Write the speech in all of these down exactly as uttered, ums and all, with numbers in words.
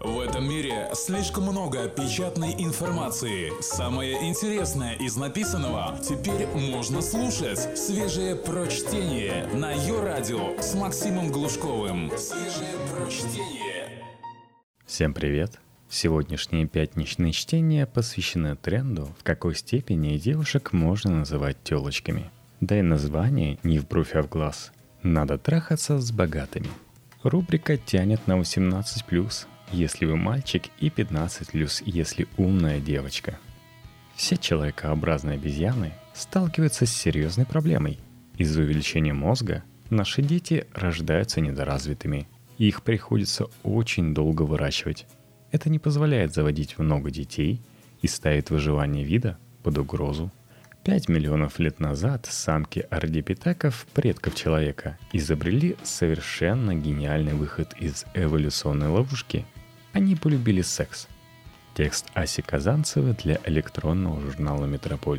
В этом мире слишком много печатной информации. Самое интересное из написанного теперь можно слушать. Свежее прочтение на Йо-Радио с Максимом Глушковым. Свежее прочтение. Всем привет! Сегодняшние пятничные чтения посвящены тренду, в какой степени девушек можно называть тёлочками. Да и название не в бровь, а в глаз. Надо трахаться с богатыми. Рубрика тянет на восемнадцать плюс, если вы мальчик, и пятнадцать плюс, если умная девочка. Все человекообразные обезьяны сталкиваются с серьезной проблемой. Из-за увеличения мозга наши дети рождаются недоразвитыми, и их приходится очень долго выращивать. Это не позволяет заводить много детей и ставит выживание вида под угрозу. Пять миллионов лет назад самки ардипитеков, предков человека, изобрели совершенно гениальный выход из эволюционной ловушки. Они полюбили секс. Текст Аси Казанцевой для электронного журнала «Метрополь».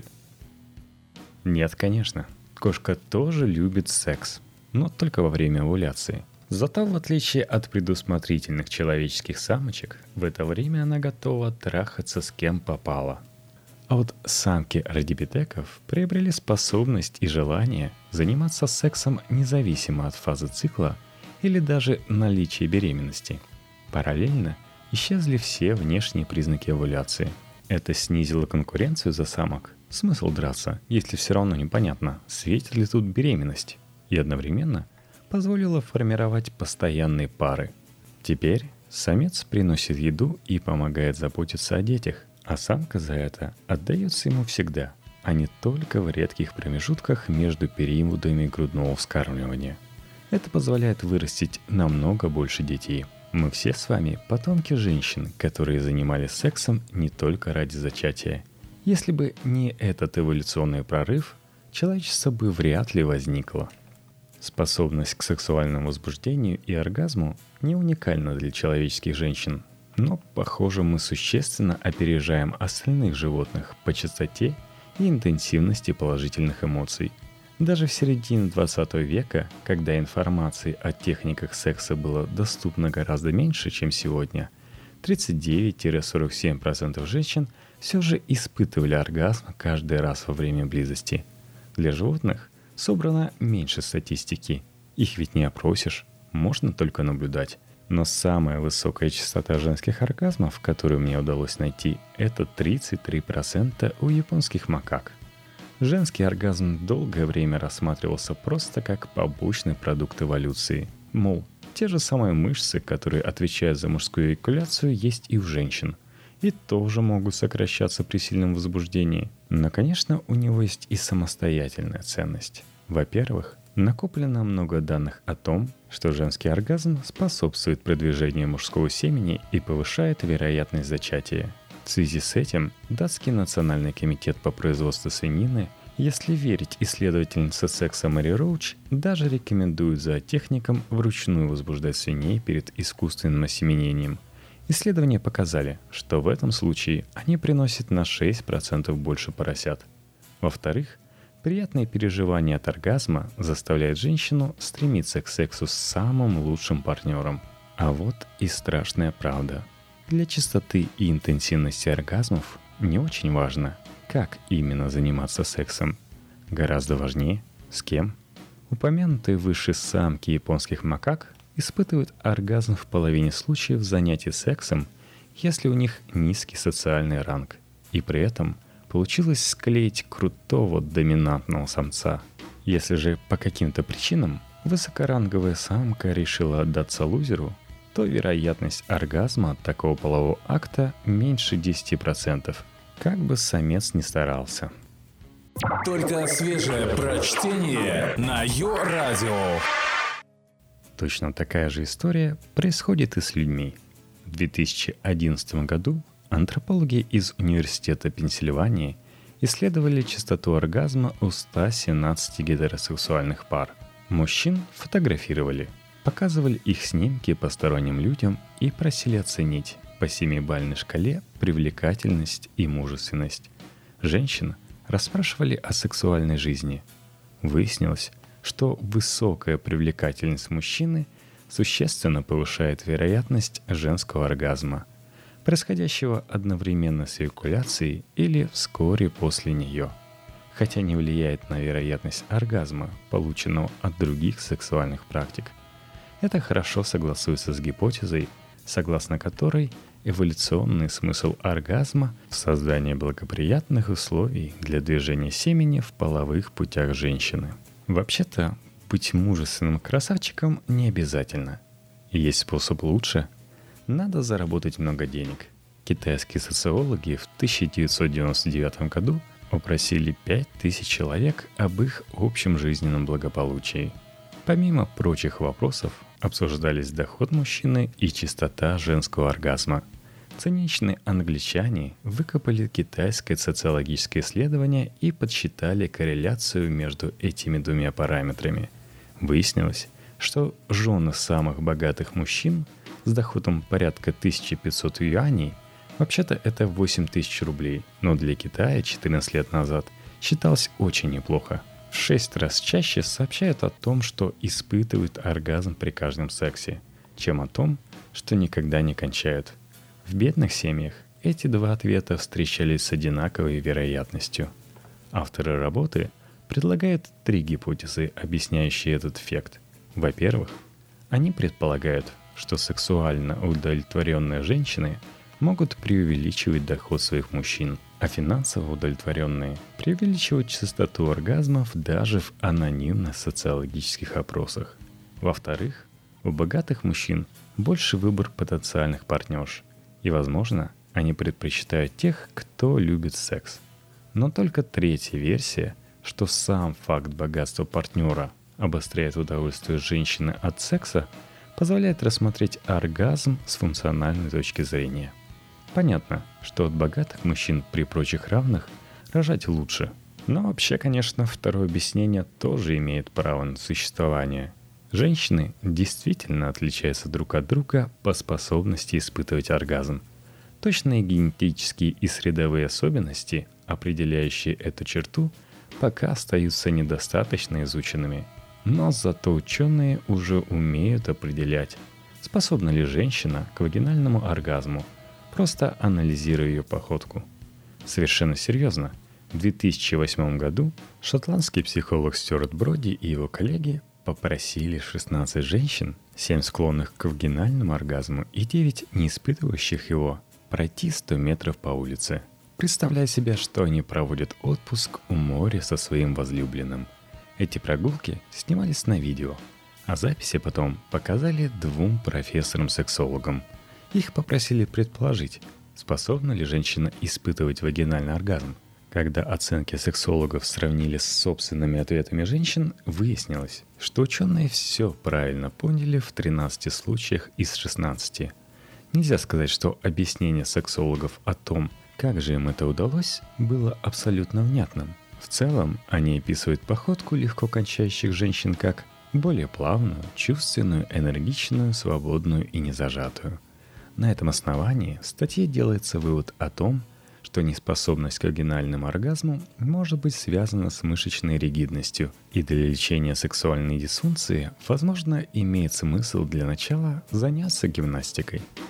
Нет, конечно, кошка тоже любит секс, но только во время овуляции. Зато, в отличие от предусмотрительных человеческих самочек, в это время она готова трахаться с кем попало. А вот самки ардипитеков приобрели способность и желание заниматься сексом независимо от фазы цикла или даже наличия беременности. Параллельно исчезли все внешние признаки овуляции. Это снизило конкуренцию за самок. Смысл драться, если все равно непонятно, светит ли тут беременность, и одновременно позволило формировать постоянные пары. Теперь самец приносит еду и помогает заботиться о детях, а самка за это отдается ему всегда, а не только в редких промежутках между периодами грудного вскармливания. Это позволяет вырастить намного больше детей. Мы все с вами потомки женщин, которые занимались сексом не только ради зачатия. Если бы не этот эволюционный прорыв, человечество бы вряд ли возникло. Способность к сексуальному возбуждению и оргазму не уникальна для человеческих женщин, но, похоже, мы существенно опережаем остальных животных по частоте и интенсивности положительных эмоций. Даже в середине двадцатого века, когда информации о техниках секса было доступно гораздо меньше, чем сегодня, тридцать девять - сорок семь процентов женщин все же испытывали оргазм каждый раз во время близости. Для животных собрано меньше статистики. Их ведь не опросишь, можно только наблюдать. Но самая высокая частота женских оргазмов, которую мне удалось найти, это тридцать три процента у японских макак. Женский оргазм долгое время рассматривался просто как побочный продукт эволюции. Мол, те же самые мышцы, которые отвечают за мужскую эякуляцию, есть и у женщин. И тоже могут сокращаться при сильном возбуждении. Но, конечно, у него есть и самостоятельная ценность. Во-первых, накоплено много данных о том, что женский оргазм способствует продвижению мужского семени и повышает вероятность зачатия. В связи с этим датский национальный комитет по производству свинины, если верить исследовательнице секса Мэри Роуч, даже рекомендует зоотехникам вручную возбуждать свиней перед искусственным осеменением. Исследования показали, что в этом случае они приносят на шесть процентов больше поросят. Во-вторых, приятные переживания от оргазма заставляют женщину стремиться к сексу с самым лучшим партнером. А вот и страшная правда. Для частоты и интенсивности оргазмов не очень важно, как именно заниматься сексом. Гораздо важнее, с кем. Упомянутые выше самки японских макак испытывают оргазм в половине случаев занятий сексом, если у них низкий социальный ранг, и при этом получилось склеить крутого доминантного самца. Если же по каким-то причинам высокоранговая самка решила отдаться лузеру, то вероятность оргазма от такого полового акта меньше десять процентов, как бы самец ни старался. Только свежее прочтение на Йо-Радио. Точно такая же история происходит и с людьми. В две тысячи одиннадцатом году антропологи из Университета Пенсильвании исследовали частоту оргазма у ста семнадцати гетеросексуальных пар. Мужчин фотографировали, показывали их снимки посторонним людям и просили оценить по семибалльной шкале привлекательность и мужественность. Женщин расспрашивали о сексуальной жизни. Выяснилось, что высокая привлекательность мужчины существенно повышает вероятность женского оргазма, происходящего одновременно с эякуляцией или вскоре после нее, хотя не влияет на вероятность оргазма, полученного от других сексуальных практик. Это хорошо согласуется с гипотезой, согласно которой эволюционный смысл оргазма в создании благоприятных условий для движения семени в половых путях женщины. Вообще-то, быть мужественным красавчиком не обязательно. Есть способ лучше. Надо заработать много денег. Китайские социологи в тысяча девятьсот девяносто девятом году опросили пять тысяч человек об их общем жизненном благополучии. Помимо прочих вопросов, обсуждались доход мужчины и частота женского оргазма. Циничные англичане выкопали китайское социологическое исследование и подсчитали корреляцию между этими двумя параметрами. Выяснилось, что жены самых богатых мужчин с доходом порядка тысяча пятьсот юаней, вообще-то это восемь тысяч рублей, но для Китая четырнадцать лет назад считалось очень неплохо. В шесть раз чаще сообщают о том, что испытывают оргазм при каждом сексе, чем о том, что никогда не кончают. В бедных семьях эти два ответа встречались с одинаковой вероятностью. Авторы работы предлагают три гипотезы, объясняющие этот эффект. Во-первых, они предполагают, что сексуально удовлетворенные женщины могут преувеличивать доход своих мужчин, а финансово удовлетворенные преувеличивать частоту оргазмов даже в анонимных социологических опросах. Во-вторых, у богатых мужчин больше выбор потенциальных партнерш, и, возможно, они предпочитают тех, кто любит секс. Но только третья версия, что сам факт богатства партнера обостряет удовольствие женщины от секса, позволяет рассмотреть оргазм с функциональной точки зрения. Понятно, что от богатых мужчин при прочих равных рожать лучше. Но вообще, конечно, второе объяснение тоже имеет право на существование. Женщины действительно отличаются друг от друга по способности испытывать оргазм. Точные генетические и средовые особенности, определяющие эту черту, пока остаются недостаточно изученными. Но зато ученые уже умеют определять, способна ли женщина к вагинальному оргазму, просто анализируя ее походку. Совершенно серьезно, в две тысячи восьмом году шотландский психолог Стюарт Броди и его коллеги попросили шестнадцать женщин, семь склонных к вагинальному оргазму и девять не испытывающих его, пройти сто метров по улице, представляя себе, что они проводят отпуск у моря со своим возлюбленным. Эти прогулки снимались на видео, а записи потом показали двум профессорам-сексологам. Их попросили предположить, способна ли женщина испытывать вагинальный оргазм. Когда оценки сексологов сравнили с собственными ответами женщин, выяснилось, что ученые все правильно поняли в тринадцати случаях из шестнадцати. Нельзя сказать, что объяснение сексологов о том, как же им это удалось, было абсолютно внятным. В целом, они описывают походку легко кончающих женщин как более плавную, чувственную, энергичную, свободную и незажатую. На этом основании в статье делается вывод о том, что неспособность к вагинальному оргазму может быть связана с мышечной ригидностью, и для лечения сексуальной дисфункции, возможно, имеет смысл для начала заняться гимнастикой.